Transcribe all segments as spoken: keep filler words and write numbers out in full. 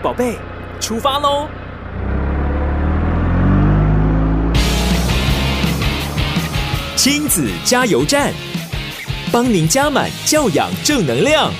宝贝，出发喽！亲子加油站，帮您加满教养正能量。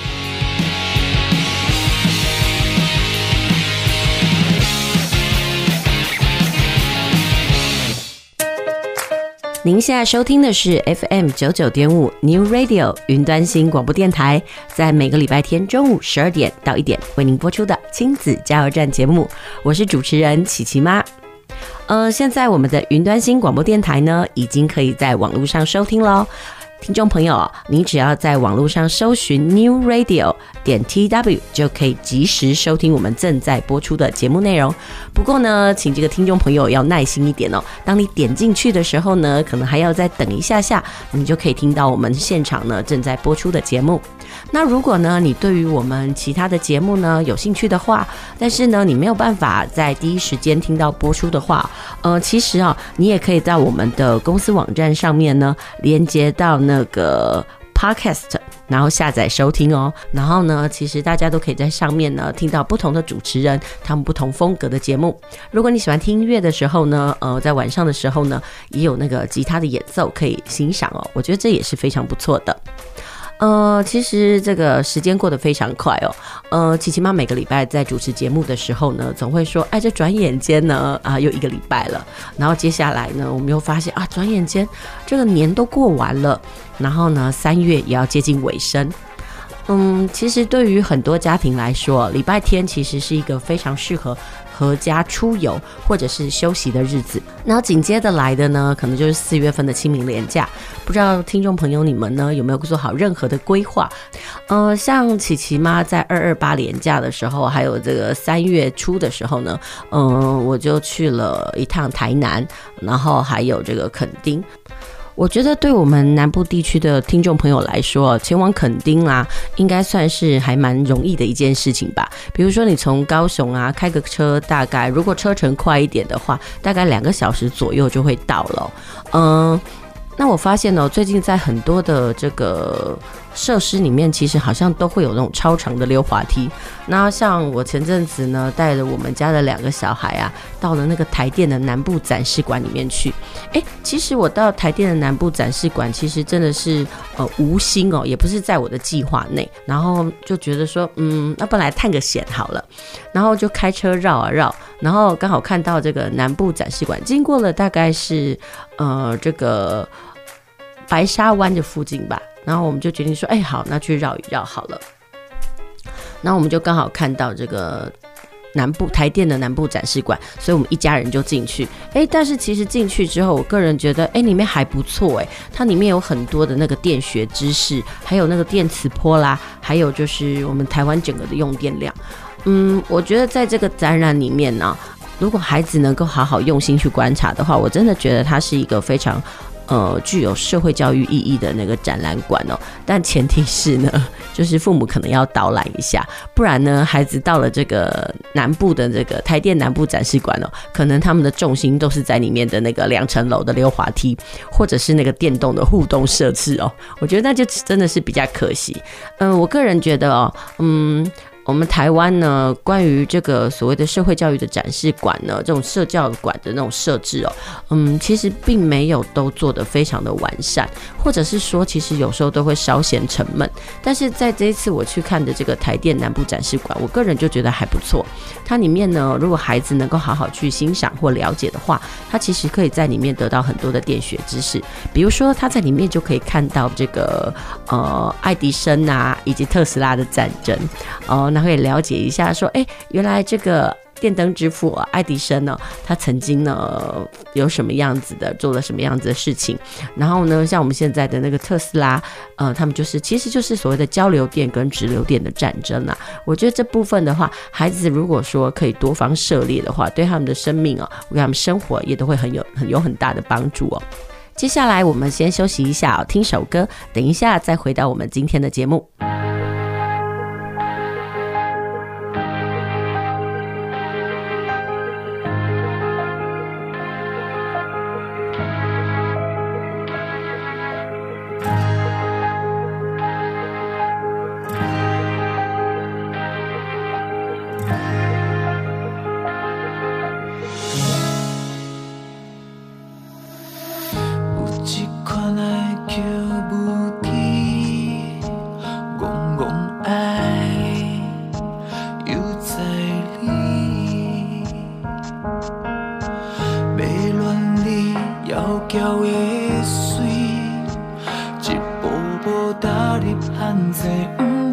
您现在收听的是 F M 九九点五 New Radio 云端新广播电台，在每个礼拜天中午十二点到一点为您播出的亲子加油站节目，我是主持人琪琪妈。呃，现在我们的云端新广播电台呢，已经可以在网络上收听咯。听众朋友，你只要在网络上搜寻 New Radio 点 T W 就可以及时收听我们正在播出的节目内容。不过呢，请这个听众朋友要耐心一点哦。当你点进去的时候呢，可能还要再等一下下，你就可以听到我们现场呢正在播出的节目。那如果呢，你对于我们其他的节目呢有兴趣的话，但是呢，你没有办法在第一时间听到播出的话，呃，其实啊，你也可以在我们的公司网站上面呢，连接到那个 Podcast， 然后下载收听哦。然后呢，其实大家都可以在上面呢听到不同的主持人，他们不同风格的节目。如果你喜欢听音乐的时候呢，呃，在晚上的时候呢，也有那个吉他的演奏可以欣赏哦。我觉得这也是非常不错的。呃，其实这个时间过得非常快哦。呃，琪琪妈每个礼拜在主持节目的时候呢，总会说，哎，这转眼间呢，啊，又一个礼拜了。然后接下来呢，我们又发现啊，转眼间这个年都过完了，然后呢，三月也要接近尾声。嗯，其实对于很多家庭来说，礼拜天其实是一个非常适合合家出游或者是休息的日子。然后紧接着来的呢，可能就是四月份的清明连假。不知道听众朋友你们呢有没有做好任何的规划？呃，像琪琪妈在二二八连假的时候，还有这个三月初的时候呢，嗯、呃，我就去了一趟台南，然后还有这个垦丁。我觉得对我们南部地区的听众朋友来说，前往垦丁啊，应该算是还蛮容易的一件事情吧。比如说你从高雄啊开个车，大概如果车程快一点的话，大概两个小时左右就会到了。嗯，那我发现呢、哦，最近在很多的这个设施里面，其实好像都会有那种超长的溜滑梯。那像我前阵子呢，带着我们家的两个小孩啊，到了那个台电的南部展示馆里面去。哎，其实我到台电的南部展示馆，其实真的是呃无心哦，也不是在我的计划内。然后就觉得说，嗯，那不然来探个险好了。然后就开车绕啊绕，然后刚好看到这个南部展示馆，经过了大概是呃这个白沙湾的附近吧。然后我们就决定说，哎，好，那去绕一绕好了。然后我们就刚好看到这个南部台电的南部展示馆，所以我们一家人就进去。哎，但是其实进去之后，我个人觉得，哎，里面还不错哎，它里面有很多的那个电学知识，还有那个电磁波啦，还有就是我们台湾整个的用电量。嗯，我觉得在这个展览里面呢、啊，如果孩子能够好好用心去观察的话，我真的觉得它是一个非常。呃，具有社会教育意义的那个展览馆哦，但前提是呢，就是父母可能要导览一下，不然呢，孩子到了这个南部的这个台电南部展示馆哦，可能他们的重心都是在里面的那个两层楼的溜滑梯，或者是那个电动的互动设置哦，我觉得那就真的是比较可惜。嗯、呃，我个人觉得哦，嗯。我们台湾呢，关于这个所谓的社会教育的展示馆呢，这种社教馆的那种设置哦，嗯，其实并没有都做得非常的完善，或者是说，其实有时候都会稍显沉闷。但是在这一次我去看的这个台电南部展示馆，我个人就觉得还不错。它里面呢，如果孩子能够好好去欣赏或了解的话，它其实可以在里面得到很多的电学知识。比如说，他在里面就可以看到这个呃爱迪生啊，以及特斯拉的战争哦。那会了解一下说，哎，原来这个电灯之父、啊、爱迪生呢，他曾经呢有什么样子的，做了什么样子的事情。然后呢，像我们现在的那个特斯拉，呃，他们就是其实就是所谓的交流电跟直流电的战争啊。我觉得这部分的话，孩子如果说可以多方涉猎的话，对他们的生命啊，为他们生活也都会很有很有很大的帮助哦。接下来我们先休息一下、哦，听首歌，等一下再回到我们今天的节目。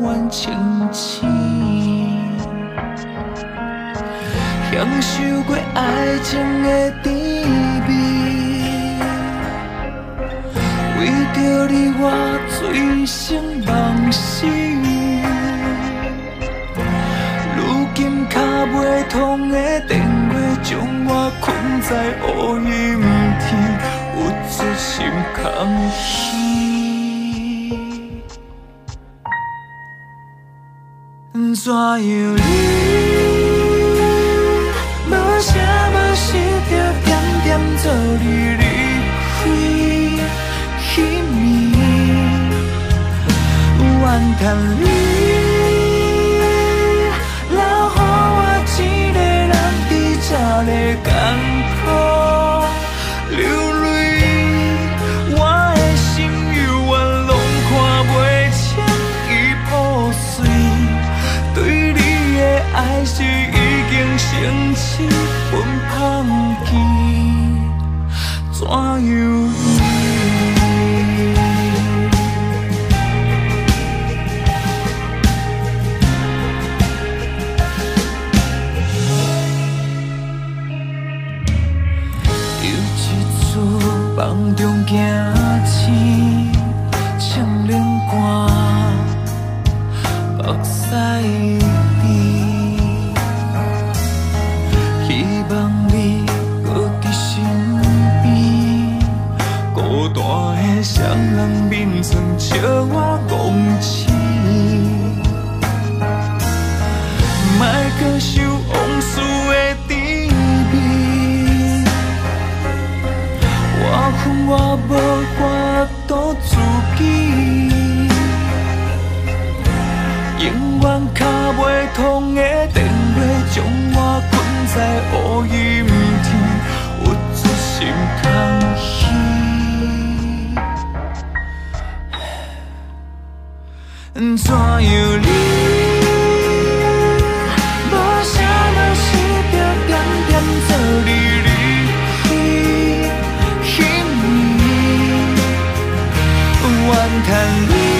远清醒，享受过爱情的滋味，为着你我醉生梦死，如今脚袂痛的电话将我困在乌阴天，有出心空虚。怎样你无声无息着点点做你离开，彼暝怨叹你留予我一个人伫这个艰苦流泪，我的心犹原拢看袂清伊破碎，对你的爱是已经成痴本放弃，怎样你？又一次梦中惊醒，唱恋歌，目屎希望你搁伫身边，孤单的双人面床笑我戆醒，莫搁受往事的滋味，我恨我无法度自己，永远脚袂痛的电话将我困在乌阴天，有出心空虚。怎样你无声无息着点点做你离开，彼暝怨叹你。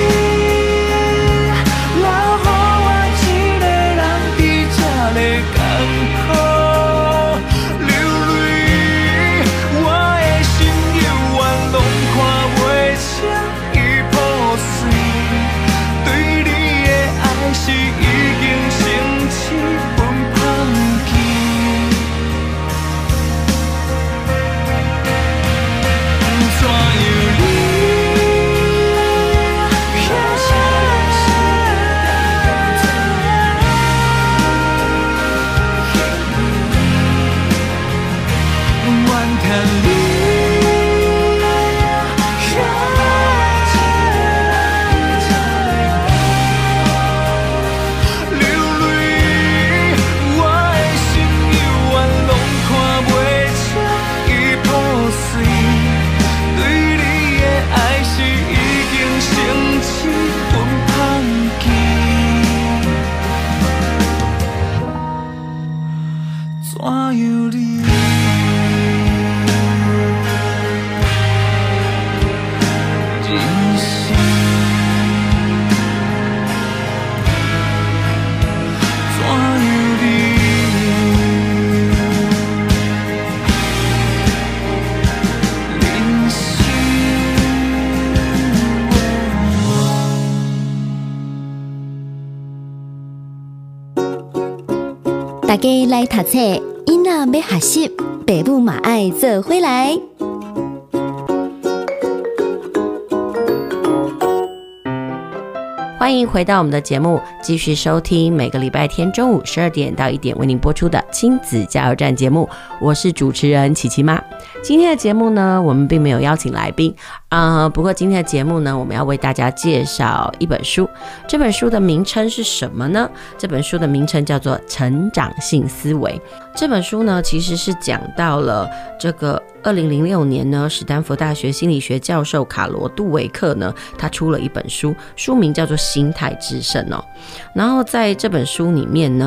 大家来读册，囡仔要学习，爸母嘛爱做伙来。 欢迎回到我们的节目，继续收听每个礼拜天中午十二点到一点为您播出的亲子加油站节目，我是主持人琪琪妈。今天的节目呢，我们并没有邀请来宾啊、呃，不过今天的节目呢，我们要为大家介绍一本书。这本书的名称是什么呢？这本书的名称叫做《成长性思维》。这本书呢，其实是讲到了这个二零零六年呢，史丹佛大学心理学教授卡罗杜维克呢，他出了一本书，书名叫做《心态制胜》哦。然后在这本书里面呢，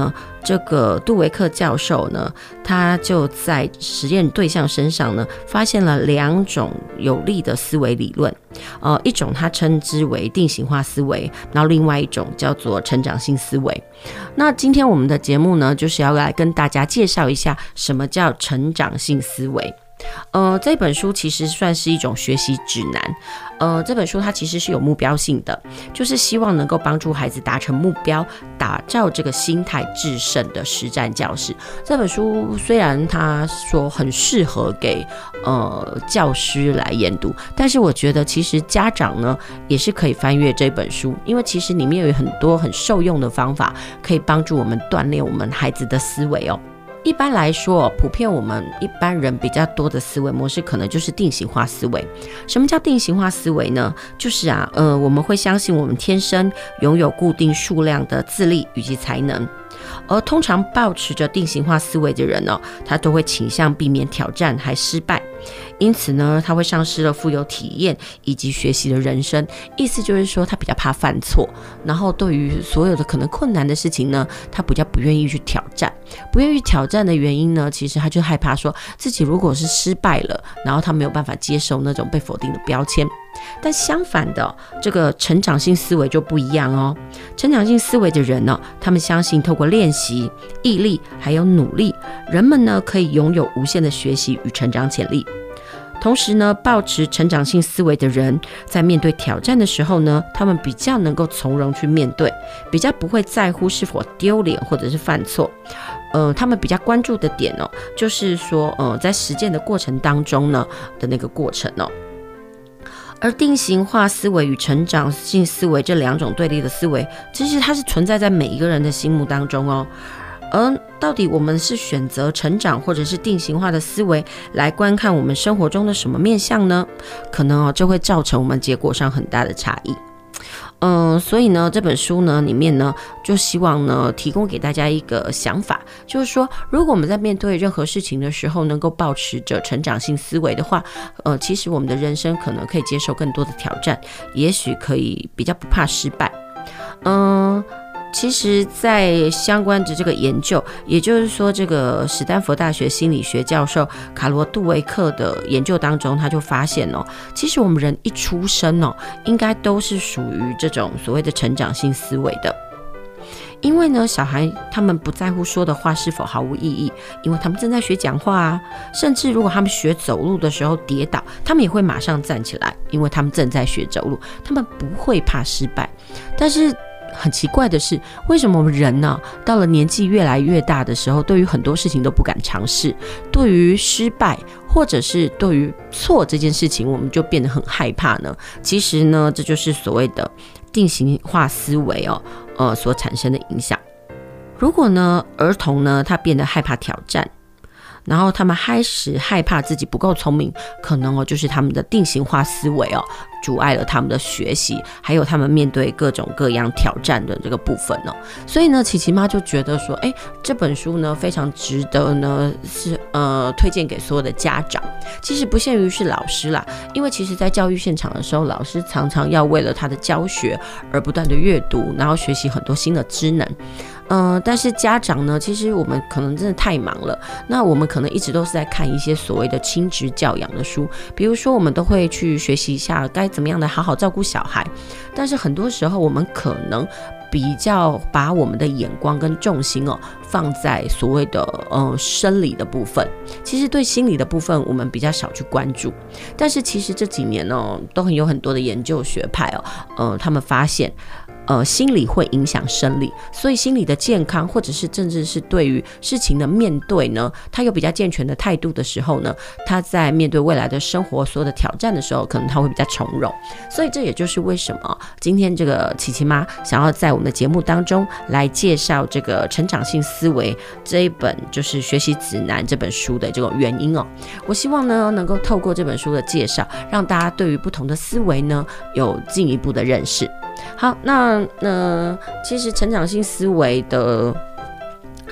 这个杜维克教授呢，他就在实验对象身上呢，发现了两种有利的思维理论，呃，一种他称之为定型化思维，然后另外一种叫做成长性思维。那今天我们的节目呢，就是要来跟大家介绍一下什么叫成长性思维。呃，这本书其实算是一种学习指南。呃，这本书它其实是有目标性的，就是希望能够帮助孩子达成目标，打造这个心态制胜的实战教室。这本书虽然它说很适合给呃教师来研读，但是我觉得其实家长呢也是可以翻阅这本书，因为其实里面有很多很受用的方法，可以帮助我们锻炼我们孩子的思维哦。一般来说，普遍我们一般人比较多的思维模式，可能就是定型化思维。什么叫定型化思维呢？就是啊，呃，我们会相信我们天生拥有固定数量的智力以及才能。而通常抱持着定型化思维的人呢、哦，他都会倾向避免挑战还失败，因此呢，他会丧失了富有体验以及学习的人生。意思就是说，他比较怕犯错，然后对于所有的可能困难的事情呢，他比较不愿意去挑战。不愿意挑战的原因呢，其实他就害怕说自己如果是失败了，然后他没有办法接受那种被否定的标签。但相反的，这个成长性思维就不一样哦。成长性思维的人呢，他们相信透过练习、毅力还有努力，人们呢可以拥有无限的学习与成长潜力。同时呢，抱持成长性思维的人，在面对挑战的时候呢，他们比较能够从容去面对，比较不会在乎是否丢脸或者是犯错。呃，他们比较关注的点哦，就是说，呃，在实践的过程当中呢的那个过程哦。而定型化思维与成长性思维这两种对立的思维，其实它是存在在每一个人的心目当中哦。而到底我们是选择成长或者是定型化的思维来观看我们生活中的什么面向呢？可能哦，这会造成我们结果上很大的差异。嗯，所以呢，这本书呢里面呢，就希望呢提供给大家一个想法，就是说，如果我们在面对任何事情的时候，能够保持着成长性思维的话，呃，其实我们的人生可能可以接受更多的挑战，也许可以比较不怕失败。嗯。其实在相关的这个研究，也就是说这个史丹佛大学心理学教授卡罗杜维克的研究当中，他就发现哦，其实我们人一出生哦，应该都是属于这种所谓的成长性思维的。因为呢，小孩他们不在乎说的话是否毫无意义，因为他们正在学讲话啊，甚至如果他们学走路的时候跌倒，他们也会马上站起来，因为他们正在学走路，他们不会怕失败。但是很奇怪的是，为什么我们人呢、啊，到了年纪越来越大的时候，对于很多事情都不敢尝试，对于失败或者是对于错这件事情，我们就变得很害怕呢？其实呢，这就是所谓的定型化思维哦，呃，所产生的影响。如果呢，儿童呢，他变得害怕挑战，然后他们开始害怕自己不够聪明，可能哦，就是他们的定型化思维哦，阻碍了他们的学习，还有他们面对各种各样挑战的这个部分哦。所以呢，琪琪妈就觉得说，哎，这本书呢非常值得呢是呃推荐给所有的家长。其实不限于是老师啦，因为其实在教育现场的时候，老师常常要为了他的教学而不断的阅读，然后学习很多新的知能。嗯、呃，但是家长呢，其实我们可能真的太忙了，那我们可能一直都是在看一些所谓的亲职教养的书，比如说我们都会去学习一下该怎么样的好好照顾小孩，但是很多时候我们可能比较把我们的眼光跟重心哦放在所谓的呃生理的部分，其实对心理的部分我们比较少去关注。但是其实这几年哦，都很有很多的研究学派哦，呃，他们发现。呃，心理会影响生理，所以心理的健康，或者是甚至是对于事情的面对呢，他有比较健全的态度的时候呢，他在面对未来的生活所有的挑战的时候，可能他会比较从容。所以这也就是为什么今天这个琪琪妈想要在我们的节目当中来介绍这个成长性思维这一本就是学习指南这本书的这种原因哦。我希望呢，能够透过这本书的介绍，让大家对于不同的思维呢有进一步的认识。好，那呃，其实成长性思维的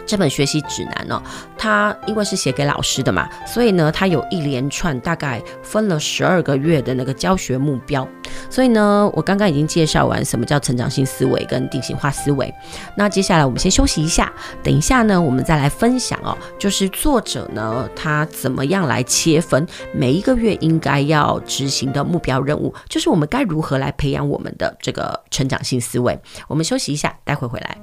这本学习指南哦，它因为是写给老师的嘛，所以呢，它有一连串大概分了十二个月的那个教学目标。所以呢，我刚刚已经介绍完什么叫成长性思维跟定型化思维。那接下来我们先休息一下，等一下呢，我们再来分享哦，就是作者呢他怎么样来切分每一个月应该要执行的目标任务，就是我们该如何来培养我们的这个成长性思维。我们休息一下，待会回来。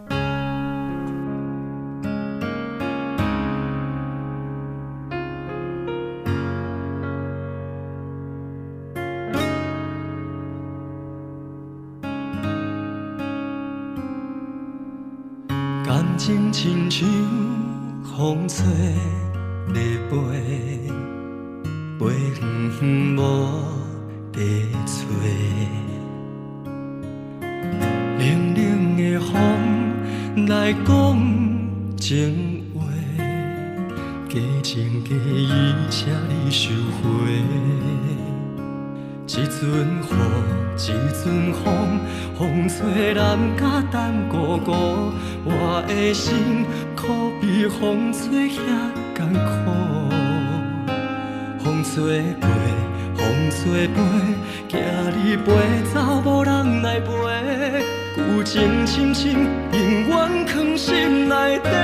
感情亲像风吹日飞，飞远远无地吹。冷冷的风来讲情话，假情假意请你收回。一阵雨，一阵风，风吹人甲等孤孤，我的心可比风吹遐艰苦。风吹过，风吹飞，惊你飞走，无人来陪。旧情深深，永远藏心内底。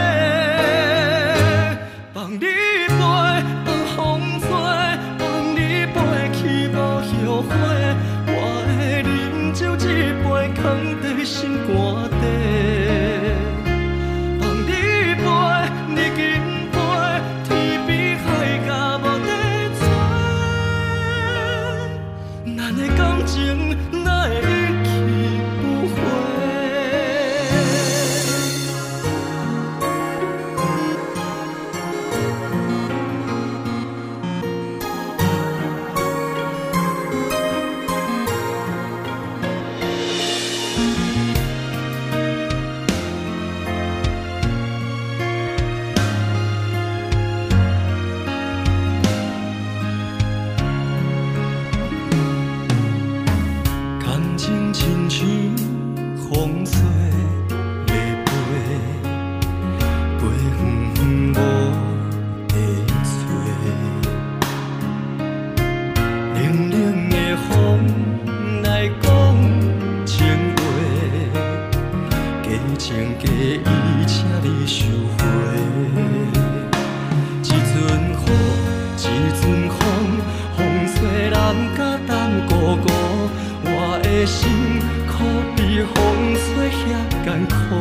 放你飞，放风吹，放你飞去无后悔。我的饮酒一杯，藏在心肝底。放你飞，你紧飞，天边海角无地找。咱的感情哪会一去不回？亲像风吹日飞，飞远远无地吹。冷冷的风来讲情话，假情假意请你收回。一阵雨，一阵风，风吹人甲等孤孤。我的心可比风吹遐艰苦，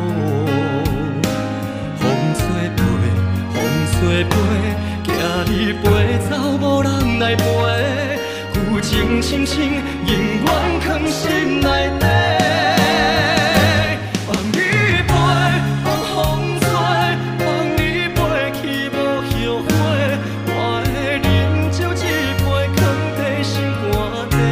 风吹飞，风吹飞，惊你飞走，无人来陪。旧情深深，永远藏心内底。放你飞，放风吹，放你飞去无后悔。我的饮酒一杯，藏在心肝底。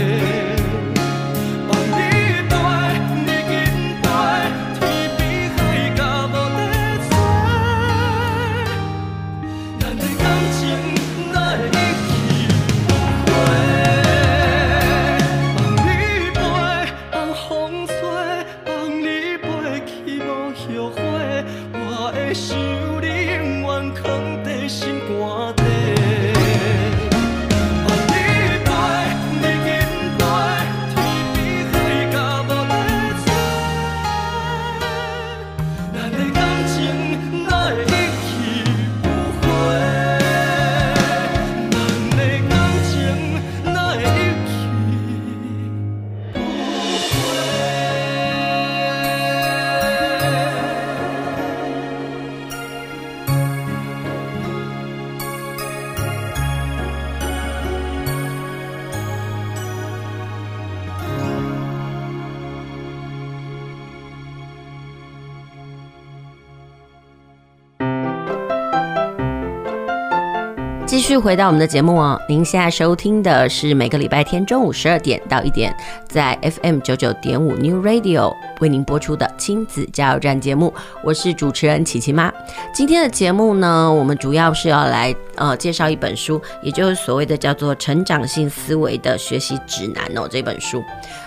继续回到我们的节目哦，您现在收听的是每个礼拜天中午十二点到一点，在 F M 九九点五 New Radio 为您播出的亲子加油站节目，我是主持人琪琪妈。今天的节目呢，我们主要是要来呃介绍一本书，也就是所谓的叫做成长性思维的学习指南哦，这本书。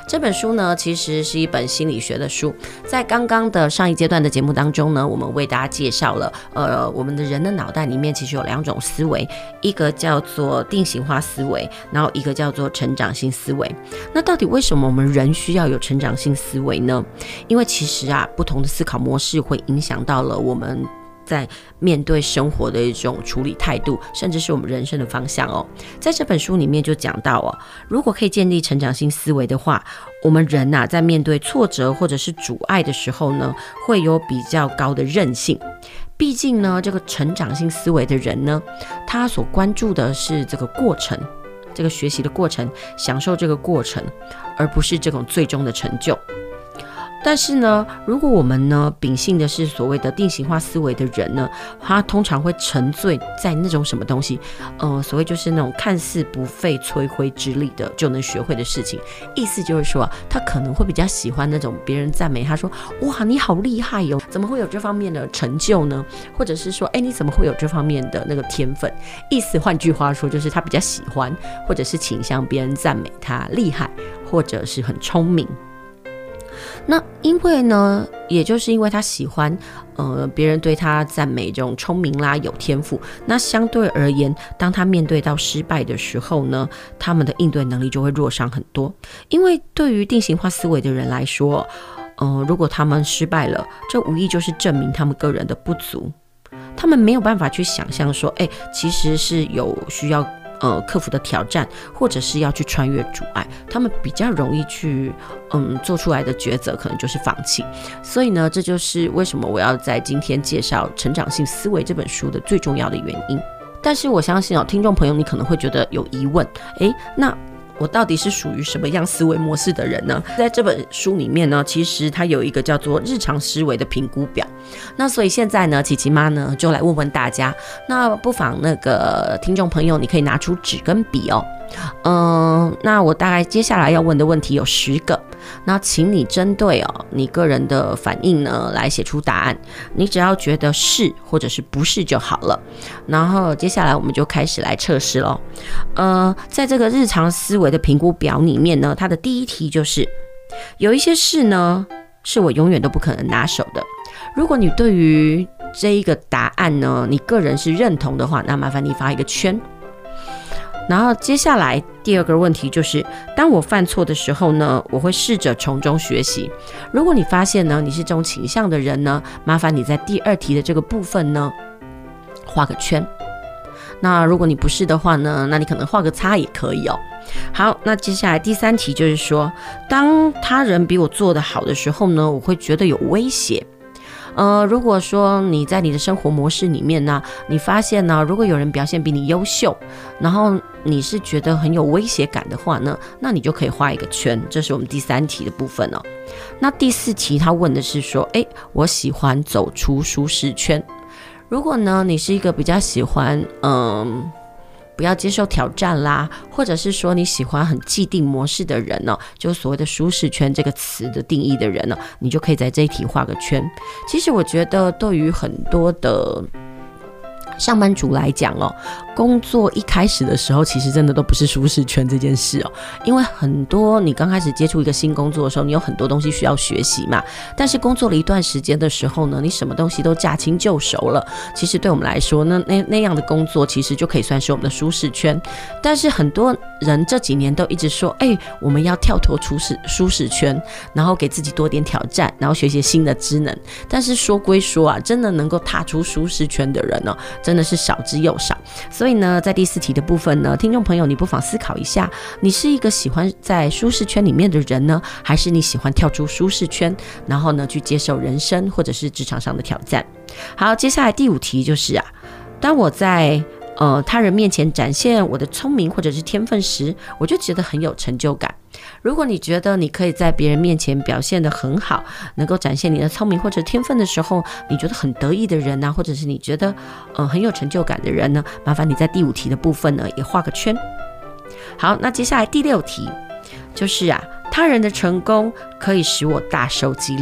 这本书呢，其实是一本心理学的书。在刚刚的上一阶段的节目当中呢，我们为大家介绍了，呃，我们的人的脑袋里面其实有两种思维，一个叫做定型化思维，然后一个叫做成长性思维。那到底为什么我们人需要有成长性思维呢？因为其实啊，不同的思考模式会影响到了我们在面对生活的一种处理态度，甚至是我们人生的方向哦。在这本书里面就讲到哦，如果可以建立成长性思维的话，我们人啊在面对挫折或者是阻碍的时候呢，会有比较高的韧性。毕竟呢，这个成长性思维的人呢，他所关注的是这个过程，这个学习的过程，享受这个过程，而不是这种最终的成就。但是呢，如果我们呢秉性的是所谓的定型化思维的人呢，他通常会沉醉在那种什么东西，呃，所谓就是那种看似不费吹灰之力的就能学会的事情。意思就是说、啊，他可能会比较喜欢那种别人赞美他说，哇，你好厉害哟、哦，怎么会有这方面的成就呢？或者是说，哎，你怎么会有这方面的那个天分？意思换句话说，就是他比较喜欢，或者是倾向别人赞美他厉害，或者是很聪明。那因为呢，也就是因为他喜欢呃别人对他赞美这种聪明啦、有天赋，那相对而言，当他面对到失败的时候呢，他们的应对能力就会弱上很多。因为对于定型化思维的人来说，呃，如果他们失败了，这无疑就是证明他们个人的不足，他们没有办法去想象说，哎，其实是有需要呃，克服的挑战，或者是要去穿越阻碍，他们比较容易去嗯做出来的抉择，可能就是放弃。所以呢，这就是为什么我要在今天介绍《成长性思维》这本书的最重要的原因。但是我相信哦，听众朋友你可能会觉得有疑问，诶，那我到底是属于什么样思维模式的人呢？在这本书里面呢，其实它有一个叫做日常思维的评估表。那所以现在呢，琪琪妈呢就来问问大家，那不妨那个听众朋友，你可以拿出纸跟笔哦。嗯，那我大概接下来要问的问题有十个，那请你针对哦你个人的反应呢来写出答案，你只要觉得是或者是不是就好了。然后接下来我们就开始来测试咯。呃，在这个日常思维的评估表里面呢，它的第一题就是有一些事呢是我永远都不可能拿手的。如果你对于这一个答案呢，你个人是认同的话，那麻烦你发一个圈。然后接下来第二个问题就是，当我犯错的时候呢，我会试着从中学习。如果你发现呢你是这种倾向的人呢，麻烦你在第二题的这个部分呢画个圈。那如果你不是的话呢，那你可能画个叉也可以哦。好，那接下来第三题就是说，当他人比我做得好的时候呢，我会觉得有威胁。呃，如果说你在你的生活模式里面呢，你发现呢，如果有人表现比你优秀，然后你是觉得很有威胁感的话呢，那你就可以画一个圈。这是我们第三题的部分哦。那第四题他问的是说，诶，我喜欢走出舒适圈。如果呢，你是一个比较喜欢嗯不要接受挑战啦，或者是说你喜欢很既定模式的人呢、哦，就所谓的舒适圈这个词的定义的人呢、哦，你就可以在这一题画个圈。其实我觉得对于很多的上班族来讲哦，工作一开始的时候其实真的都不是舒适圈这件事哦，因为很多你刚开始接触一个新工作的时候，你有很多东西需要学习嘛，但是工作了一段时间的时候呢，你什么东西都驾轻就熟了，其实对我们来说呢，那那样的工作其实就可以算是我们的舒适圈。但是很多人这几年都一直说，哎，我们要跳脱出舒适圈，然后给自己多点挑战，然后学习新的职能。但是说归说啊，真的能够踏出舒适圈的人呢、哦，真的是少之又少。所以呢，在第四题的部分呢，听众朋友你不妨思考一下，你是一个喜欢在舒适圈里面的人呢，还是你喜欢跳出舒适圈，然后呢去接受人生或者是职场上的挑战。好，接下来第五题就是啊，当我在呃他人面前展现我的聪明或者是天分时，我就觉得很有成就感。如果你觉得你可以在别人面前表现得很好，能够展现你的聪明或者天分的时候，你觉得很得意的人呢、啊，或者是你觉得呃很有成就感的人呢，麻烦你在第五题的部分呢也画个圈。好，那接下来第六题就是啊，他人的成功可以使我大受激励。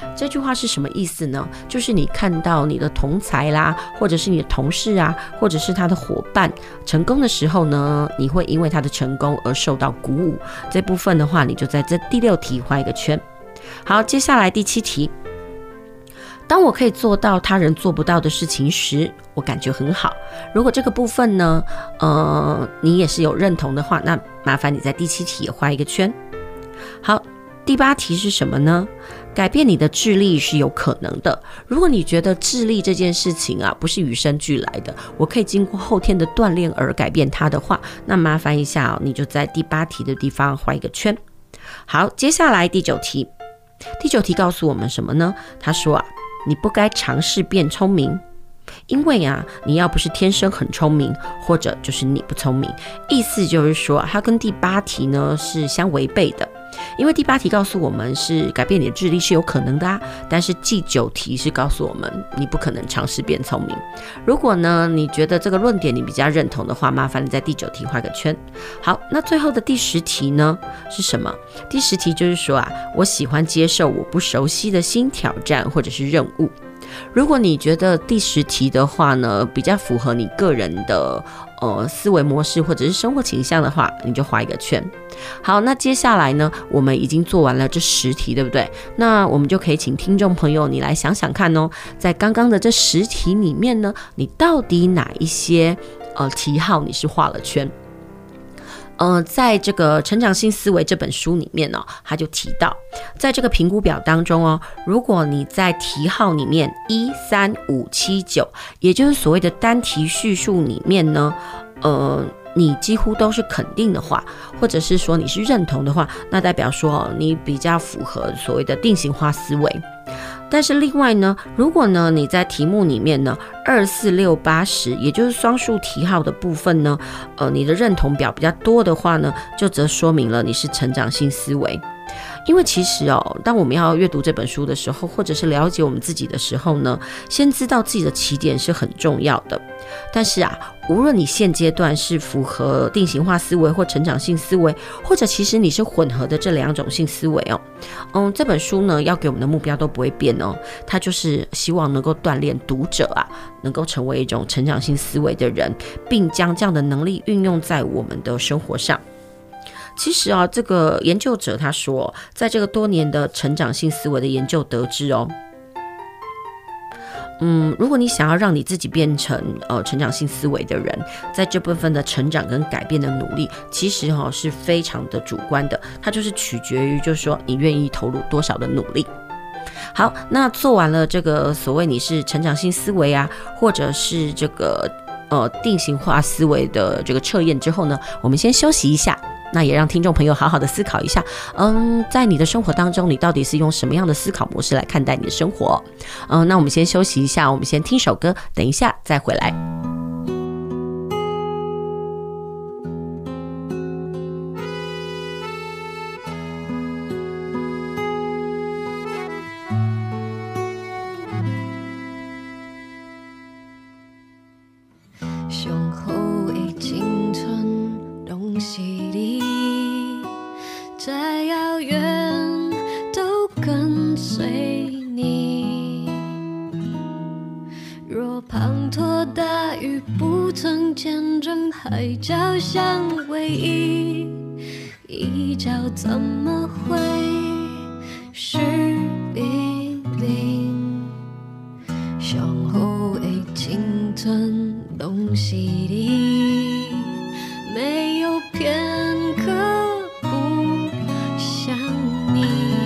这句话是什么意思呢？就是你看到你的同才啦，或者是你的同事啊，或者是他的伙伴成功的时候呢，你会因为他的成功而受到鼓舞。这部分的话，你就在这第六题画一个圈。好，接下来第七题。当我可以做到他人做不到的事情时，我感觉很好。如果这个部分呢，呃，你也是有认同的话，那麻烦你在第七题也画一个圈。好，第八题是什么呢？改变你的智力是有可能的。如果你觉得智力这件事情啊不是与生俱来的，我可以经过后天的锻炼而改变它的话，那麻烦一下、哦、你就在第八题的地方画一个圈。好，接下来第九题。第九题告诉我们什么呢？他说啊，你不该尝试变聪明，因为啊，你要不是天生很聪明，或者就是你不聪明。意思就是说，它跟第八题呢是相违背的。因为第八题告诉我们是改变你的智力是有可能的啊，但是第九题是告诉我们你不可能尝试变聪明。如果呢你觉得这个论点你比较认同的话，麻烦你在第九题画个圈。好，那最后的第十题呢是什么？第十题就是说啊，我喜欢接受我不熟悉的新挑战或者是任务。如果你觉得第十题的话呢比较符合你个人的呃思维模式或者是生活倾向的话，你就画一个圈。好，那接下来呢我们已经做完了这十题，对不对？那我们就可以请听众朋友你来想想看哦，在刚刚的这十题里面呢，你到底哪一些呃题号你是画了圈？呃，在这个成长性思维这本书里面哦，他就提到，在这个评估表当中哦，如果你在题号里面一、三、五、七、九，也就是所谓的单题叙述里面呢，呃，你几乎都是肯定的话，或者是说你是认同的话，那代表说你比较符合所谓的定型化思维。但是另外呢，如果呢你在题目里面呢二四六八十，也就是双数题号的部分呢，呃，你的认同表比较多的话呢，就则说明了你是成长性思维。因为其实哦，当我们要阅读这本书的时候，或者是了解我们自己的时候呢，先知道自己的起点是很重要的。但是啊，无论你现阶段是符合定型化思维或成长性思维，或者其实你是混合的这两种性思维哦，嗯，这本书呢要给我们的目标都不会变哦，它就是希望能够锻炼读者啊，能够成为一种成长性思维的人，并将这样的能力运用在我们的生活上。其实啊，这个研究者他说，在这个多年的成长性思维的研究得知哦，嗯，如果你想要让你自己变成呃成长性思维的人，在这部分的成长跟改变的努力，其实哈、哦、是非常的主观的，它就是取决于就是说你愿意投入多少的努力。好，那做完了这个所谓你是成长性思维啊，或者是这个呃定型化思维的这个测验之后呢，我们先休息一下。那也让听众朋友好好的思考一下，嗯，在你的生活当中，你到底是用什么样的思考模式来看待你的生活？嗯，那我们先休息一下，我们先听首歌，等一下再回来。 上好的青春拢是你，再遥远都跟随你。若滂沱大雨不曾见证海角相偎依，一角怎么会是冰冰？上好的青春拢是你，没有片刻不想你。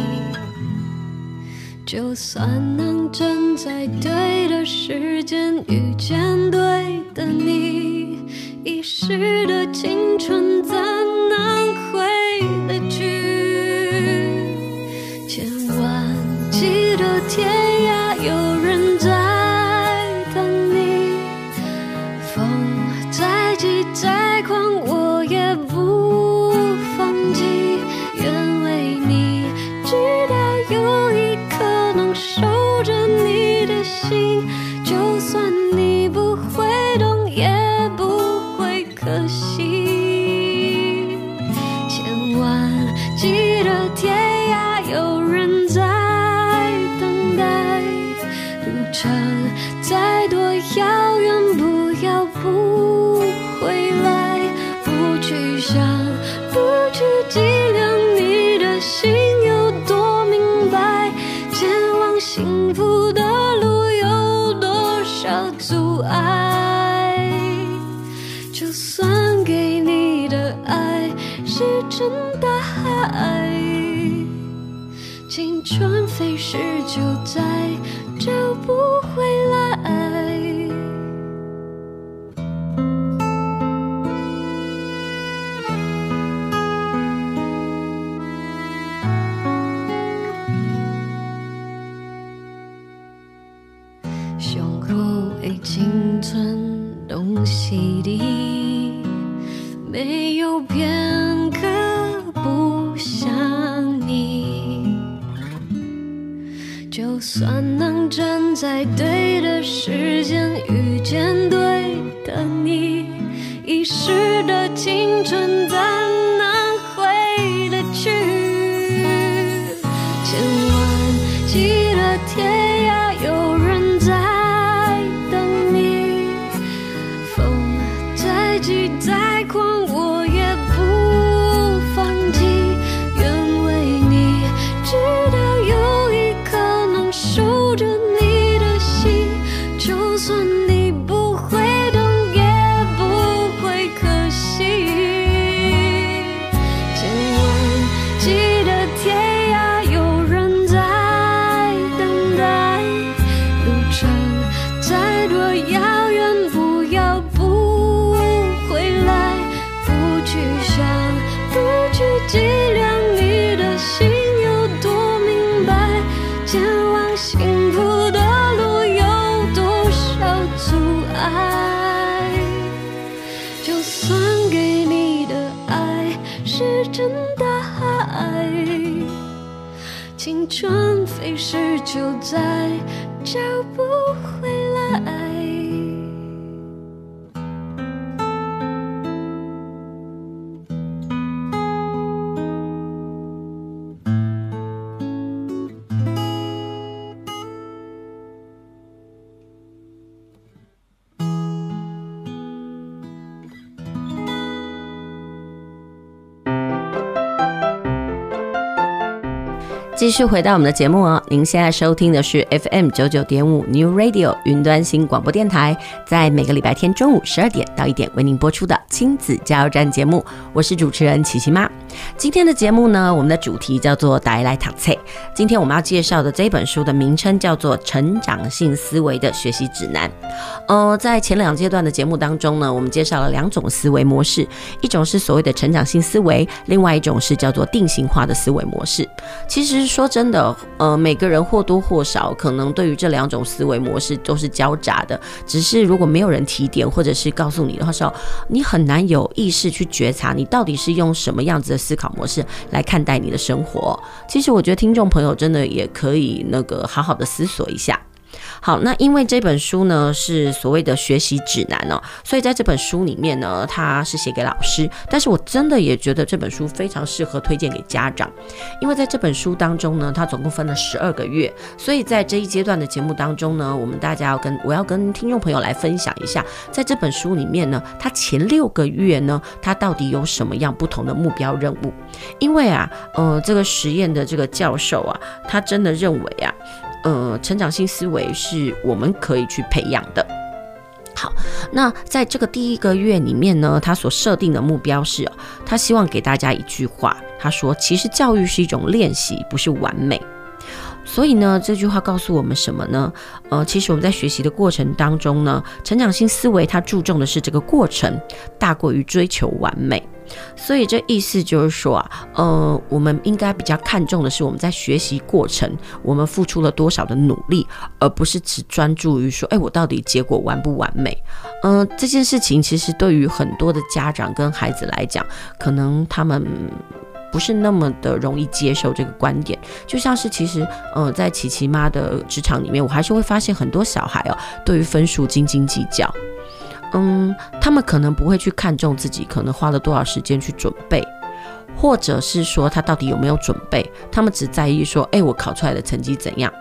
就算能站在对的时间遇见对的你，遗失的青春怎能回得去？千万记得天涯有人在等你，风再急再狂我也不放弃，愿为你直到有一刻能守着你的心，就算你不会懂也不会可惜。千万记得天涯有人在等程再多遥远，不要不回来，不去想，不去计量你的心有多明白，前往幸福的路有多少阻碍，就算给你的爱是真大海，青春飞逝就再找不回来。胸口的青春东西里，没有片刻不想你，就算能站在对的时间遇见对的你，遗失的青春怎能回得去，千万记得天涯有人在等你，风再急再狂我也不放弃，愿为你直到有一刻能守着你的心，就算你不会懂也不会可惜，千万记得天涯有人在等待，路程再多遥远不要不回来，不去想，不去计量你的心有多明白，前往幸福的路有多少阻碍，就算给你的爱是真大海，青春飞逝就再找不回来。 继续回到我们的节目哦，您现在收听的是 F M 九十九点五 New Radio 云端新广播电台，在每个礼拜天中午十二点到一点为您播出的亲子加油站节目，我是主持人琪琪妈。今天的节目呢，我们的主题叫做带来读册。今天我们要介绍的这本书的名称叫做《成长性思维的学习指南》。呃，在前两阶段的节目当中呢，我们介绍了两种思维模式，一种是所谓的成长性思维，另外一种是叫做定型化的思维模式。其实说真的，呃，每个人或多或少可能对于这两种思维模式都是交杂的，只是如果没有人提点或者是告诉你的时候，你很难有意识去觉察你到底是用什么样子的思考模式来看待你的生活。其实我觉得听众朋友真的也可以那个好好的思索一下。好，那因为这本书呢是所谓的学习指南哦，所以在这本书里面呢，它是写给老师，但是我真的也觉得这本书非常适合推荐给家长，因为在这本书当中呢，它总共分了十二个月，所以在这一阶段的节目当中呢，我们大家要跟我要跟听众朋友来分享一下，在这本书里面呢，它前六个月呢，它到底有什么样不同的目标任务？因为啊，呃，这个实验的这个教授啊，他真的认为啊。呃，成长性思维是我们可以去培养的。好，那在这个第一个月里面呢，他所设定的目标是、哦、他希望给大家一句话，他说其实教育是一种练习，不是完美。所以呢，这句话告诉我们什么呢？呃，其实我们在学习的过程当中呢，成长性思维它注重的是这个过程，大过于追求完美。所以这意思就是说啊，呃，我们应该比较看重的是我们在学习过程，我们付出了多少的努力，而不是只专注于说，哎，我到底结果完不完美？嗯、呃，这件事情其实对于很多的家长跟孩子来讲，可能他们不是那么的容易接受这个观点。就像是其实呃，在琪琪妈的职场里面，我还是会发现很多小孩哦，对于分数斤斤计较。嗯，他们可能不会去看重自己可能花了多少时间去准备，或者是说他到底有没有准备，他们只在意说，哎，我考出来的成绩怎样。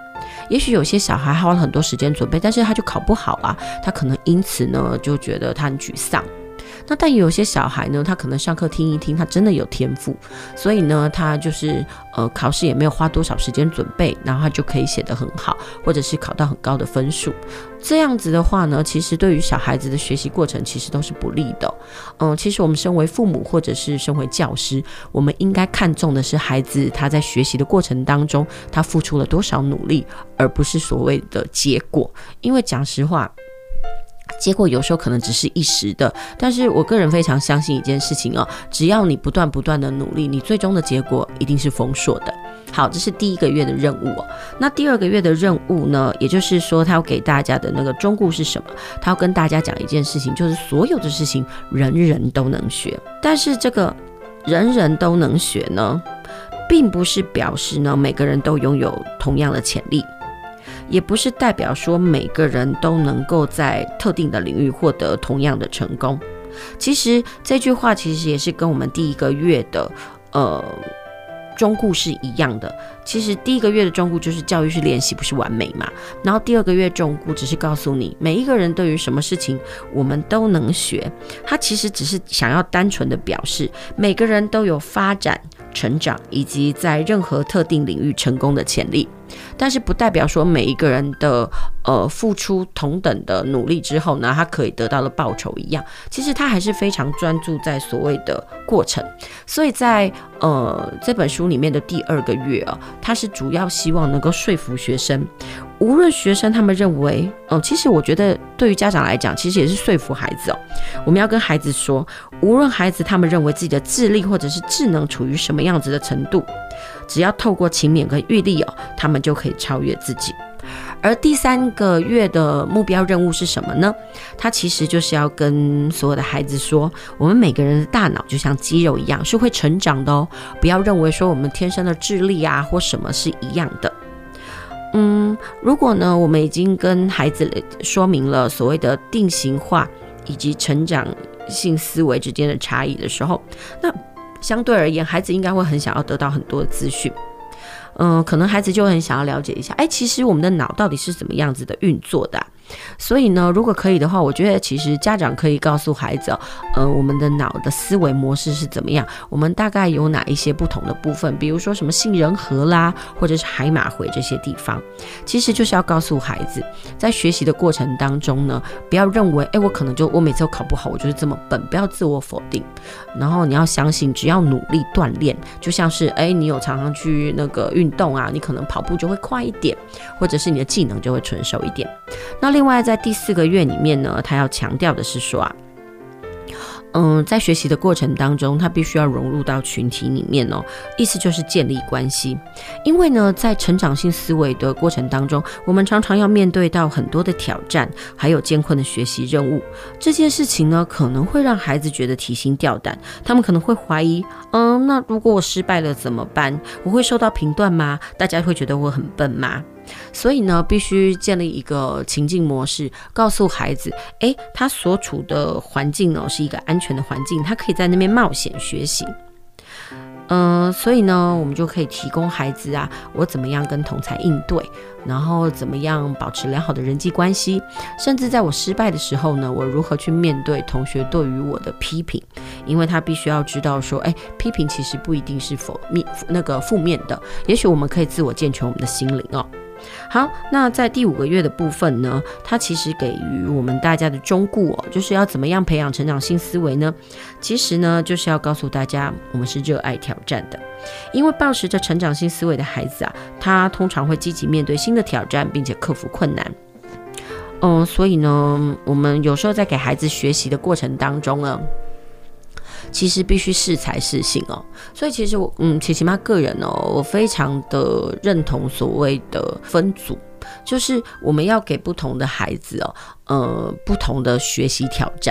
也许有些小孩花了很多时间准备，但是他就考不好啊，他可能因此呢就觉得他很沮丧。那但有些小孩呢，他可能上课听一听，他真的有天赋，所以呢，他就是呃考试也没有花多少时间准备，然后他就可以写得很好，或者是考到很高的分数。这样子的话呢，其实对于小孩子的学习过程其实都是不利的。嗯、呃，其实我们身为父母或者是身为教师，我们应该看重的是孩子他在学习的过程当中，他付出了多少努力，而不是所谓的结果。因为讲实话，结果有时候可能只是一时的，但是我个人非常相信一件事情哦，只要你不断不断的努力，你最终的结果一定是丰硕的。好，这是第一个月的任务哦。那第二个月的任务呢，也就是说他要给大家的那个忠告是什么？他要跟大家讲一件事情，就是所有的事情人人都能学，但是这个人人都能学呢，并不是表示呢每个人都拥有同样的潜力，也不是代表说每个人都能够在特定的领域获得同样的成功。其实这句话其实也是跟我们第一个月的呃忠告是一样的。其实第一个月的忠告就是教育是练习，不是完美嘛。然后第二个月忠告只是告诉你，每一个人对于什么事情我们都能学。他其实只是想要单纯的表示，每个人都有发展、成长以及在任何特定领域成功的潜力。但是不代表说每一个人的呃付出同等的努力之后呢，他可以得到的报酬一样。其实他还是非常专注在所谓的过程。所以在呃这本书里面的第二个月啊，他是主要希望能够说服学生，无论学生他们认为，嗯、呃，其实我觉得对于家长来讲，其实也是说服孩子哦。我们要跟孩子说，无论孩子他们认为自己的智力或者是智能处于什么样子的程度，只要透过勤勉跟毅力哦，他们就可以超越自己。而第三个月的目标任务是什么呢？它其实就是要跟所有的孩子说，我们每个人的大脑就像肌肉一样，是会成长的哦。不要认为说我们天生的智力啊或什么是一样的。嗯，如果呢，我们已经跟孩子说明了所谓的定型化以及成长性思维之间的差异的时候，那相对而言，孩子应该会很想要得到很多的资讯。嗯、呃，可能孩子就很想要了解一下，哎，其实我们的脑到底是怎么样子的运作的啊？所以呢，如果可以的话，我觉得其实家长可以告诉孩子，呃，我们的脑的思维模式是怎么样，我们大概有哪一些不同的部分，比如说什么杏仁核啦，或者是海马回这些地方，其实就是要告诉孩子，在学习的过程当中呢，不要认为，哎，我可能就我每次都考不好，我就是这么笨，不要自我否定，然后你要相信，只要努力锻炼，就像是，哎，你有常常去那个运动啊，你可能跑步就会快一点，或者是你的技能就会纯熟一点。那另外在第四个月里面呢，他要强调的是说啊，嗯，在学习的过程当中，他必须要融入到群体里面哦，意思就是建立关系。因为呢，在成长性思维的过程当中，我们常常要面对到很多的挑战，还有艰困的学习任务。这件事情呢，可能会让孩子觉得提心吊胆，他们可能会怀疑，嗯，那如果我失败了怎么办？我会受到评断吗？大家会觉得我很笨吗？所以呢，必须建立一个情境模式，告诉孩子，诶，他所处的环境呢是一个安全的环境，他可以在那边冒险学习。嗯、呃，所以呢，我们就可以提供孩子啊，我怎么样跟同侪应对，然后怎么样保持良好的人际关系，甚至在我失败的时候呢，我如何去面对同学对于我的批评，因为他必须要知道说，哎，批评其实不一定是否那个负面的，也许我们可以自我健全我们的心灵哦。好，那在第五个月的部分呢，它其实给予我们大家的忠告哦，就是要怎么样培养成长性思维呢？其实呢，就是要告诉大家，我们是热爱挑战的，因为抱持着成长性思维的孩子啊，他通常会积极面对新的挑战，并且克服困难。嗯，所以呢，我们有时候在给孩子学习的过程当中呢，其实必须适才适性哦，所以其实我嗯，琪琪妈个人哦，我非常的认同所谓的分组，就是我们要给不同的孩子哦，呃，不同的学习挑战。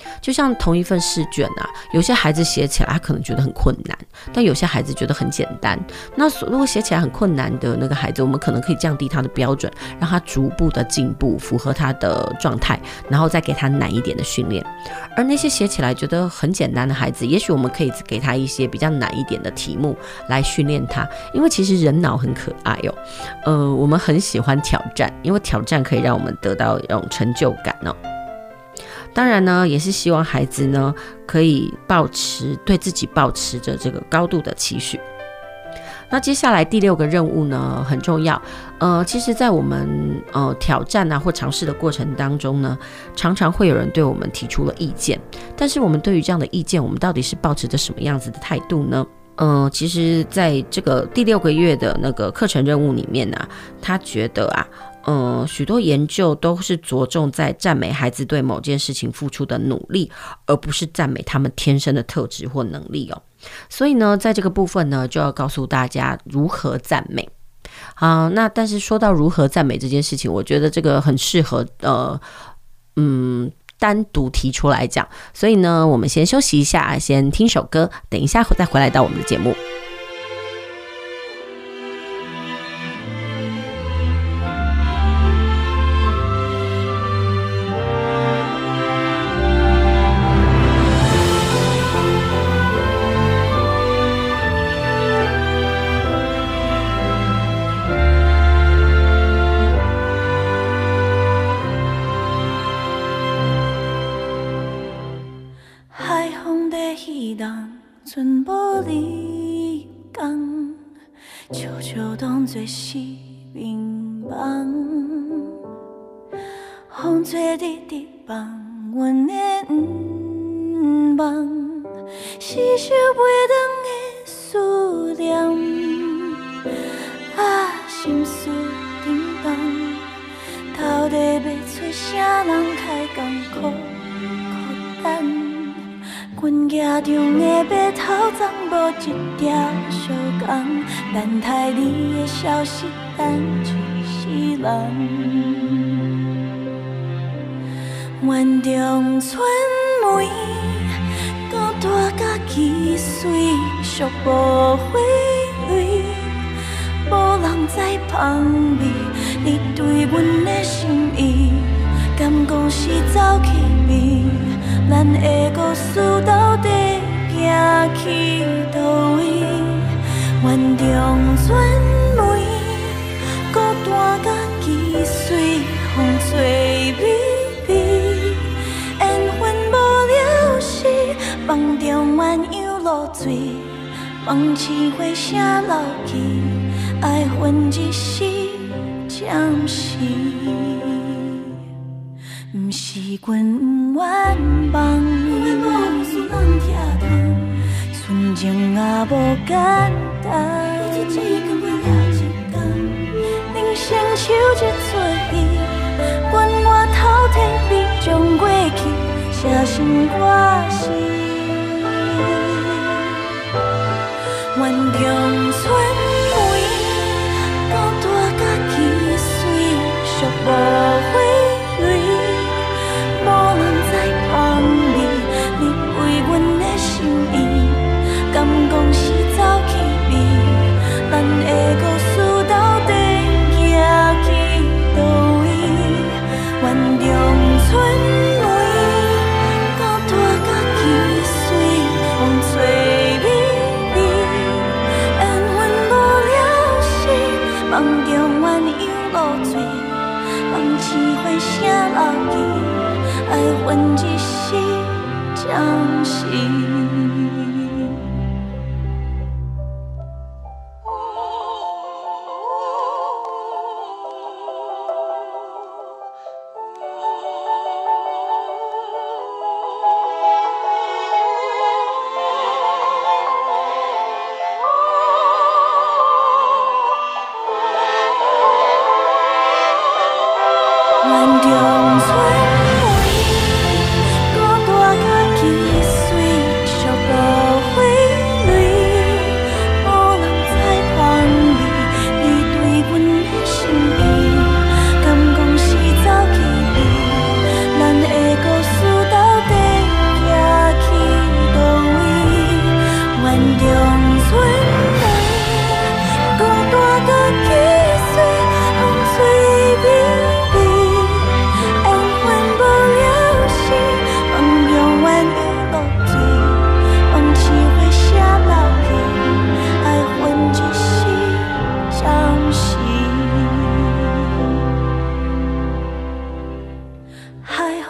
就像同一份试卷啊，有些孩子写起来他可能觉得很困难，但有些孩子觉得很简单。那如果写起来很困难的那个孩子，我们可能可以降低他的标准，让他逐步的进步，符合他的状态，然后再给他难一点的训练。而那些写起来觉得很简单的孩子，也许我们可以给他一些比较难一点的题目来训练他，因为其实人脑很可爱哦，呃，我们很喜欢挑战，因为挑战可以让我们得到一种成就感哦。当然呢，也是希望孩子呢可以抱持对自己抱持着这个高度的期许。那接下来第六个任务呢很重要，呃，其实在我们呃挑战啊或尝试的过程当中呢，常常会有人对我们提出了意见，但是我们对于这样的意见，我们到底是抱持着什么样子的态度呢？呃，其实在这个第六个月的那个课程任务里面啊，他觉得啊，呃，许多研究都是着重在赞美孩子对某件事情付出的努力，而不是赞美他们天生的特质或能力哦。所以呢，在这个部分呢，就要告诉大家如何赞美。好，那但是说到如何赞美这件事情，我觉得这个很适合呃，嗯。单独提出来讲，所以呢，我们先休息一下，先听首歌，等一下再回来到我们的节目。 全无你讲，悄悄当作是眠梦，风吹直直放，阮的毋忘，是收袂断的思念。啊，心事沉重，头底要找啥人开讲苦苦等。阮家中的白头鬃无一条相共，等待你的消息，等一世人。园中春梅，到大甲几岁，寂无花蕊，无人知芳味。你对阮的心意，敢讲是走去味？咱的故事到底行去佗位？园中春梅，孤单甲几岁，风吹微微，缘分无了时，梦中鸳鸯落水，梦痴花声留记，爱恨一时暂时。不是阮不愿放，纯情也无简单。人生像一出戏，阮我头提笔将过去写成歌词。园中春梅，到大甲几岁，寂无花蕊。无人知芳味，你为阮的心意，敢讲是走去味？咱的故事到底行去佗位？园中春梅，到大甲几岁，风吹微微，缘分无了时，梦中鸳鸯落水，梦痴花声留记。爱恨一时暂时。园中春。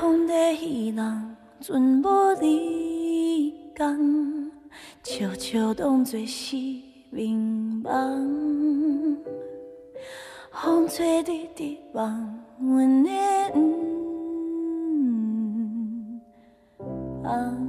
风在彼人船无离港，悄悄当作是眠梦。风吹直直望阮的红。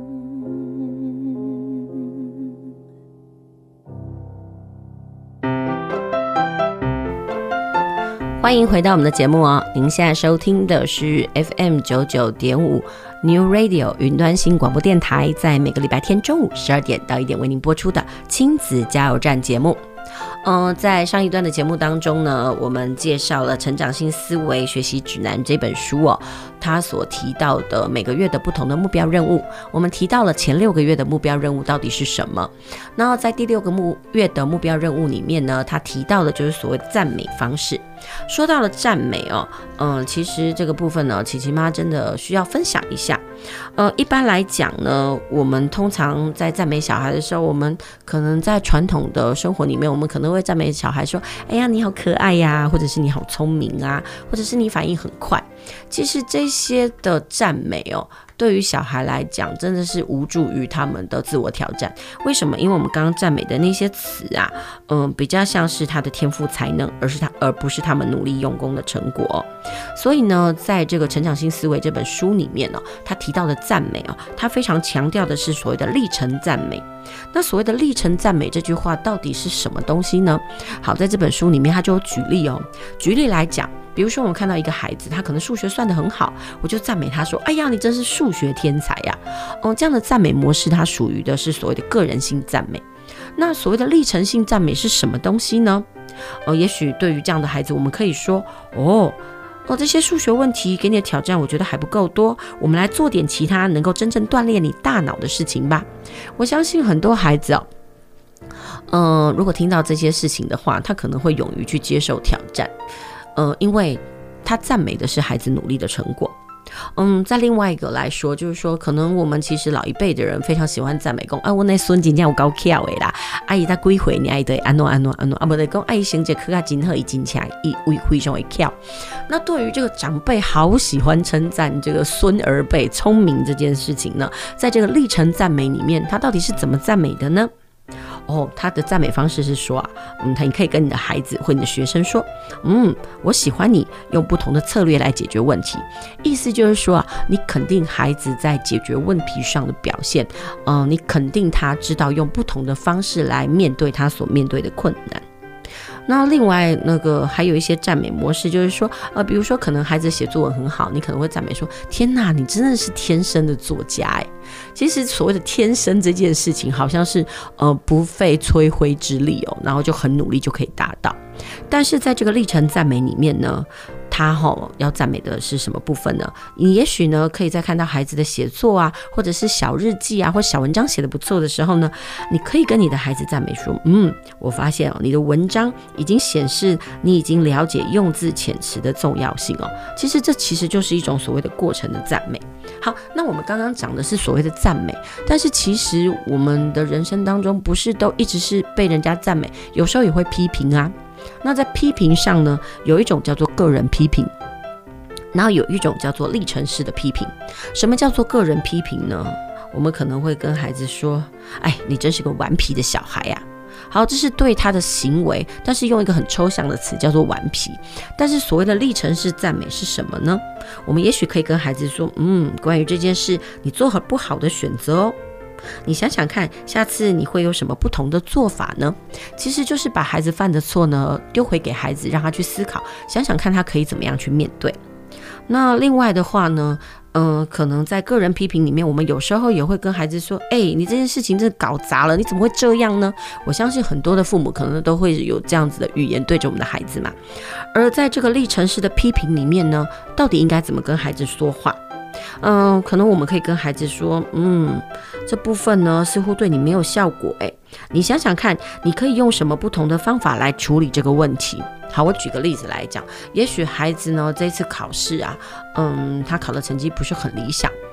欢迎回到我们的节目哦！您现在收听的是 F M 九九点五 New Radio 云端新广播电台，在每个礼拜天中午十二点到一点为您播出的亲子加油站节目。嗯，在上一段的节目当中呢，我们介绍了《成长性思维学习指南》这本书哦，它所提到的每个月的不同的目标任务。我们提到了前六个月的目标任务到底是什么？然后在第六个目月的目标任务里面呢，它提到的就是所谓的赞美方式。说到了赞美哦，嗯，其实这个部分呢，琪琪妈真的需要分享一下。呃，一般来讲呢，我们通常在赞美小孩的时候，我们可能在传统的生活里面，我们可能会赞美小孩说：“哎呀，你好可爱呀，或者是你好聪明啊，或者是你反应很快。”其实这些的赞美哦，对于小孩来讲，真的是无助于他们的自我挑战。为什么？因为我们刚刚赞美的那些词啊，嗯，比较像是他的天赋才能，而是他而不是他们努力用功的成果哦。所以呢，在这个《成长性思维》这本书里面哦，他提到的赞美哦，他非常强调的是所谓的历程赞美。那所谓的历程赞美这句话到底是什么东西呢？好，在这本书里面他就有举例哦，举例来讲。比如说我们看到一个孩子，他可能数学算得很好，我就赞美他说：“哎呀，你真是数学天才呀！”哦，这样的赞美模式，它属于的是所谓的个人性赞美。那所谓的历程性赞美是什么东西呢？哦，也许对于这样的孩子，我们可以说：“哦，哦，这些数学问题给你的挑战，我觉得还不够多，我们来做点其他能够真正锻炼你大脑的事情吧。”我相信很多孩子哦。嗯，如果听到这些事情的话，他可能会勇于去接受挑战。呃，因为他赞美的是孩子努力的成果。嗯，在另外一个来说，就是说，可能我们其实老一辈的人非常喜欢赞美讲，啊，我那孙真正有够巧的啦，阿姨他几岁你爱对安诺安诺安诺，啊，不对，讲阿姨成绩考啊真好，伊真强，伊非常的巧。那对于这个长辈好喜欢称赞这个孙儿辈聪明这件事情呢，在这个历程赞美里面，他到底是怎么赞美的呢？哦，他的赞美方式是说啊，嗯，你可以跟你的孩子或你的学生说，嗯，我喜欢你用不同的策略来解决问题。意思就是说啊，你肯定孩子在解决问题上的表现，嗯、呃，你肯定他知道用不同的方式来面对他所面对的困难。那另外那个还有一些赞美模式，就是说，呃，比如说可能孩子写作文很好，你可能会赞美说：“天哪，你真的是天生的作家哎！”其实所谓的天生这件事情，好像是呃不费吹灰之力哦，然后就很努力就可以达到。但是在这个历程赞美里面呢，他齁要赞美的是什么部分呢？你也许呢可以在看到孩子的写作啊，或者是小日记啊，或小文章写得不错的时候呢，你可以跟你的孩子赞美说：“嗯，我发现哦，你的文章已经显示你已经了解用字遣词的重要性哦。”其实这其实就是一种所谓的过程的赞美。好，那我们刚刚讲的是所谓的赞美，但是其实我们的人生当中不是都一直是被人家赞美，有时候也会批评啊。那在批评上呢，有一种叫做个人批评，然后有一种叫做历程式的批评。什么叫做个人批评呢？我们可能会跟孩子说：“哎，你真是个顽皮的小孩呀。”好，这是对他的行为，但是用一个很抽象的词叫做顽皮。但是所谓的历程式赞美是什么呢？我们也许可以跟孩子说：“嗯，关于这件事，你做很不好的选择哦。你想想看，下次你会有什么不同的做法呢？”其实就是把孩子犯的错呢丢回给孩子，让他去思考，想想看他可以怎么样去面对。那另外的话呢，嗯、呃，可能在个人批评里面，我们有时候也会跟孩子说：“哎、欸，你这件事情真的搞砸了，你怎么会这样呢？”我相信很多的父母可能都会有这样子的语言对着我们的孩子嘛。而在这个历程式的批评里面呢，到底应该怎么跟孩子说话？嗯、呃，可能我们可以跟孩子说：“嗯，这部分呢似乎对你没有效果，哎，你想想看，你可以用什么不同的方法来处理这个问题？”好，我举个例子来讲，也许孩子呢这次考试啊，嗯，他考的成绩不是很理想，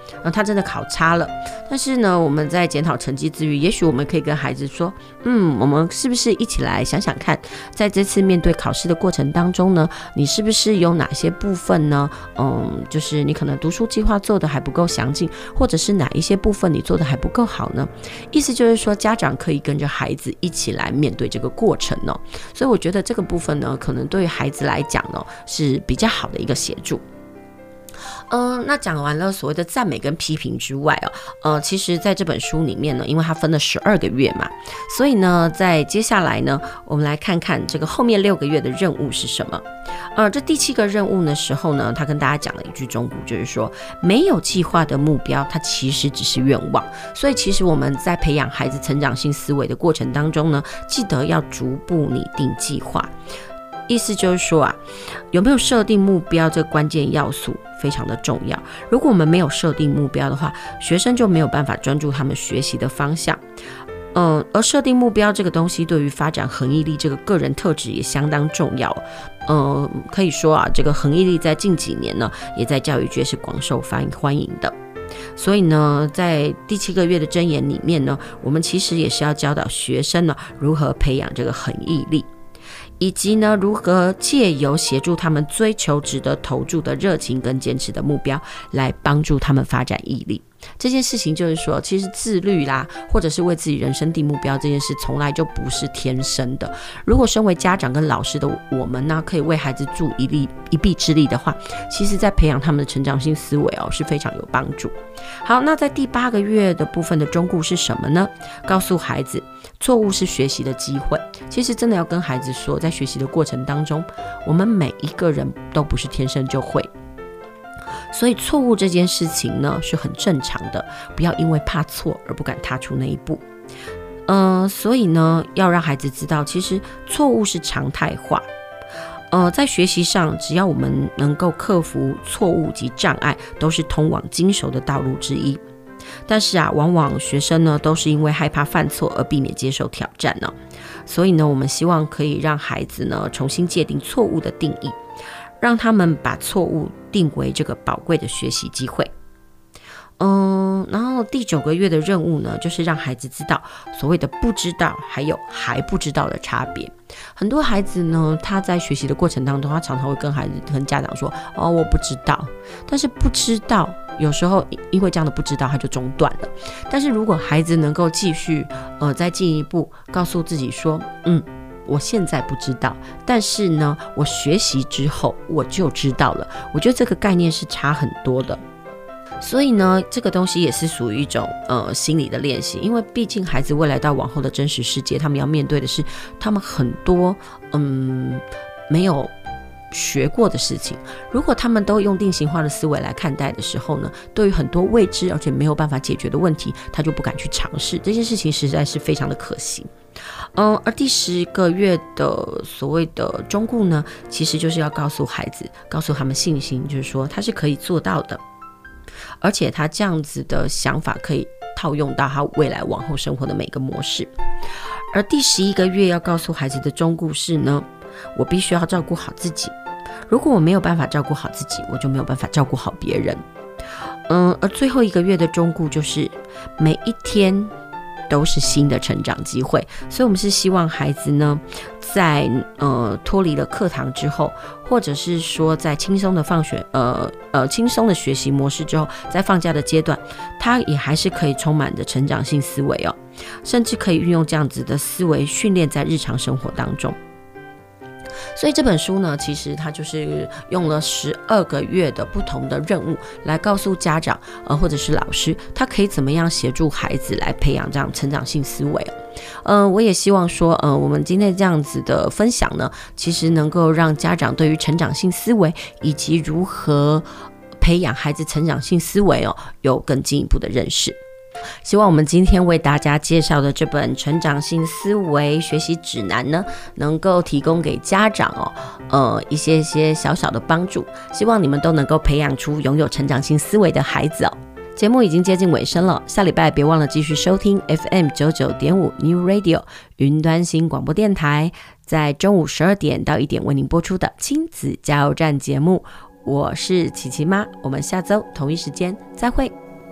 然后他真的考差了，但是呢，我们在检讨成绩之余，也许我们可以跟孩子说，嗯，我们是不是一起来想想看，在这次面对考试的过程当中呢，你是不是有哪些部分呢？嗯，就是你可能读书计划做的还不够详尽，或者是哪一些部分你做的还不够好呢？意思就是说，家长可以跟着孩子一起来面对这个过程哦。所以我觉得这个部分呢，可能对于孩子来讲呢，是比较好的一个协助。嗯，那讲完了所谓的赞美跟批评之外哦，呃，其实在这本书里面呢，因为它分了十二个月嘛，所以呢，在接下来呢，我们来看看这个后面六个月的任务是什么。呃，这第七个任务的时候呢，他跟大家讲了一句忠告，就是说，没有计划的目标，它其实只是愿望。所以，其实我们在培养孩子成长性思维的过程当中呢，记得要逐步拟定计划。意思就是说啊，有没有设定目标这个关键要素非常的重要。如果我们没有设定目标的话，学生就没有办法专注他们学习的方向。嗯，而设定目标这个东西对于发展恒毅力这个个人特质也相当重要。嗯，可以说啊，这个恒毅力在近几年呢，也在教育界是广受欢迎的。所以呢，在第七个月的箴言里面呢，我们其实也是要教导学生呢，如何培养这个恒毅力。以及呢，如何借由协助他们追求值得投注的热情跟坚持的目标，来帮助他们发展毅力。这件事情就是说，其实自律啦，或者是为自己人生定目标这件事，从来就不是天生的。如果身为家长跟老师的我们呢，可以为孩子助一力一臂之力的话，其实在培养他们的成长性思维哦，是非常有帮助。好，那在第八个月的部分的忠告是什么呢？告诉孩子，错误是学习的机会。其实真的要跟孩子说，在学习的过程当中，我们每一个人都不是天生就会。所以错误这件事情呢是很正常的，不要因为怕错而不敢踏出那一步。呃，所以呢，要让孩子知道，其实错误是常态化。呃，在学习上，只要我们能够克服错误及障碍，都是通往精熟的道路之一。但是啊，往往学生呢都是因为害怕犯错而避免接受挑战呢。所以呢，我们希望可以让孩子呢重新界定错误的定义，让他们把错误定为这个宝贵的学习机会。嗯，然后第九个月的任务呢，就是让孩子知道所谓的不知道还有还不知道的差别。很多孩子呢，他在学习的过程当中，他常常会跟孩子跟家长说，哦，我不知道。但是不知道有时候因为这样的不知道他就中断了。但是如果孩子能够继续呃再进一步告诉自己说，嗯，我现在不知道，但是呢，我学习之后我就知道了。我觉得这个概念是差很多的。所以呢，这个东西也是属于一种呃心理的练习，因为毕竟孩子未来到往后的真实世界，他们要面对的是他们很多嗯没有学过的事情。如果他们都用定型化的思维来看待的时候呢，对于很多未知而且没有办法解决的问题，他就不敢去尝试。这件事情实在是非常的可惜。嗯，而第十个月的所谓的忠告呢，其实就是要告诉孩子，告诉他们信心，就是说他是可以做到的。而且他这样子的想法可以套用到他未来往后生活的每个模式。而第十一个月要告诉孩子的忠告是呢，我必须要照顾好自己。如果我没有办法照顾好自己，我就没有办法照顾好别人。嗯，而最后一个月的忠告就是每一天都是新的成长机会。所以我们是希望孩子呢，在呃脱离了课堂之后，或者是说在轻松的放学呃呃轻松的学习模式之后，在放假的阶段，他也还是可以充满着成长性思维哦，甚至可以运用这样子的思维训练在日常生活当中。所以这本书呢，其实它就是用了十二个月的不同的任务来告诉家长呃或者是老师，他可以怎么样协助孩子来培养这样成长性思维。呃，我也希望说呃我们今天这样子的分享呢，其实能够让家长对于成长性思维以及如何培养孩子成长性思维哦，有更进一步的认识。希望我们今天为大家介绍的这本成长性思维学习指南呢，能够提供给家长哦，呃，一些些小小的帮助。希望你们都能够培养出拥有成长性思维的孩子哦。节目已经接近尾声了，下礼拜别忘了继续收听 F M 九十九点五 New Radio 云端新广播电台，在中午十二点到一点为您播出的亲子加油站节目。我是琪琪妈，我们下周同一时间再会。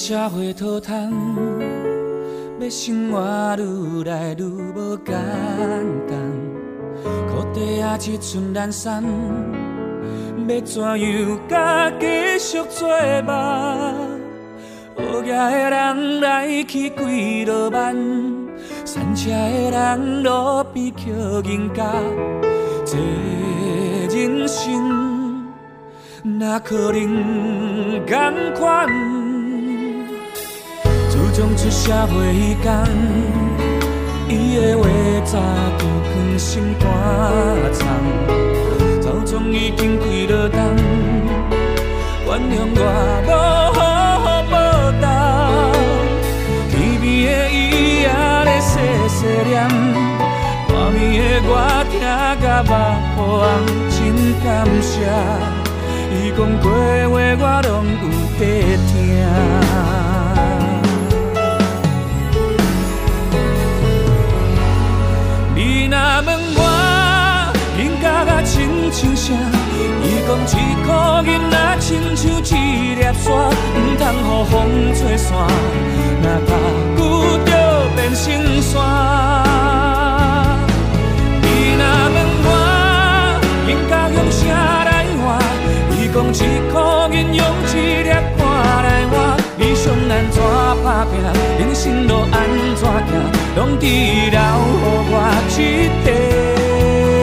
社会讨摊，要生活愈来愈无简单。裤底仔一寸烂衫，要怎样甲继续做梦？学业的人来去几落万，散车的人路边捡银甲，这人生哪可能同款？自从出社会以前，伊的话早就藏心肝藏，早从已经几落冬，原谅我无好无当。天边的伊也咧细细念，外面的我听甲目眶红，真感谢。伊讲过的话我拢有在听。你若问我应该甲亲像啥？伊讲一颗银仔亲像一粒沙，唔通予风吹散，若踏久就变成山。你若问我应该用啥来换？伊讲一颗银用一粒汗来换。理想安怎打拼，人生路安怎行，拢只留予我一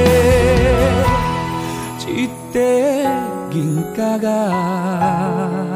块一块银角仔。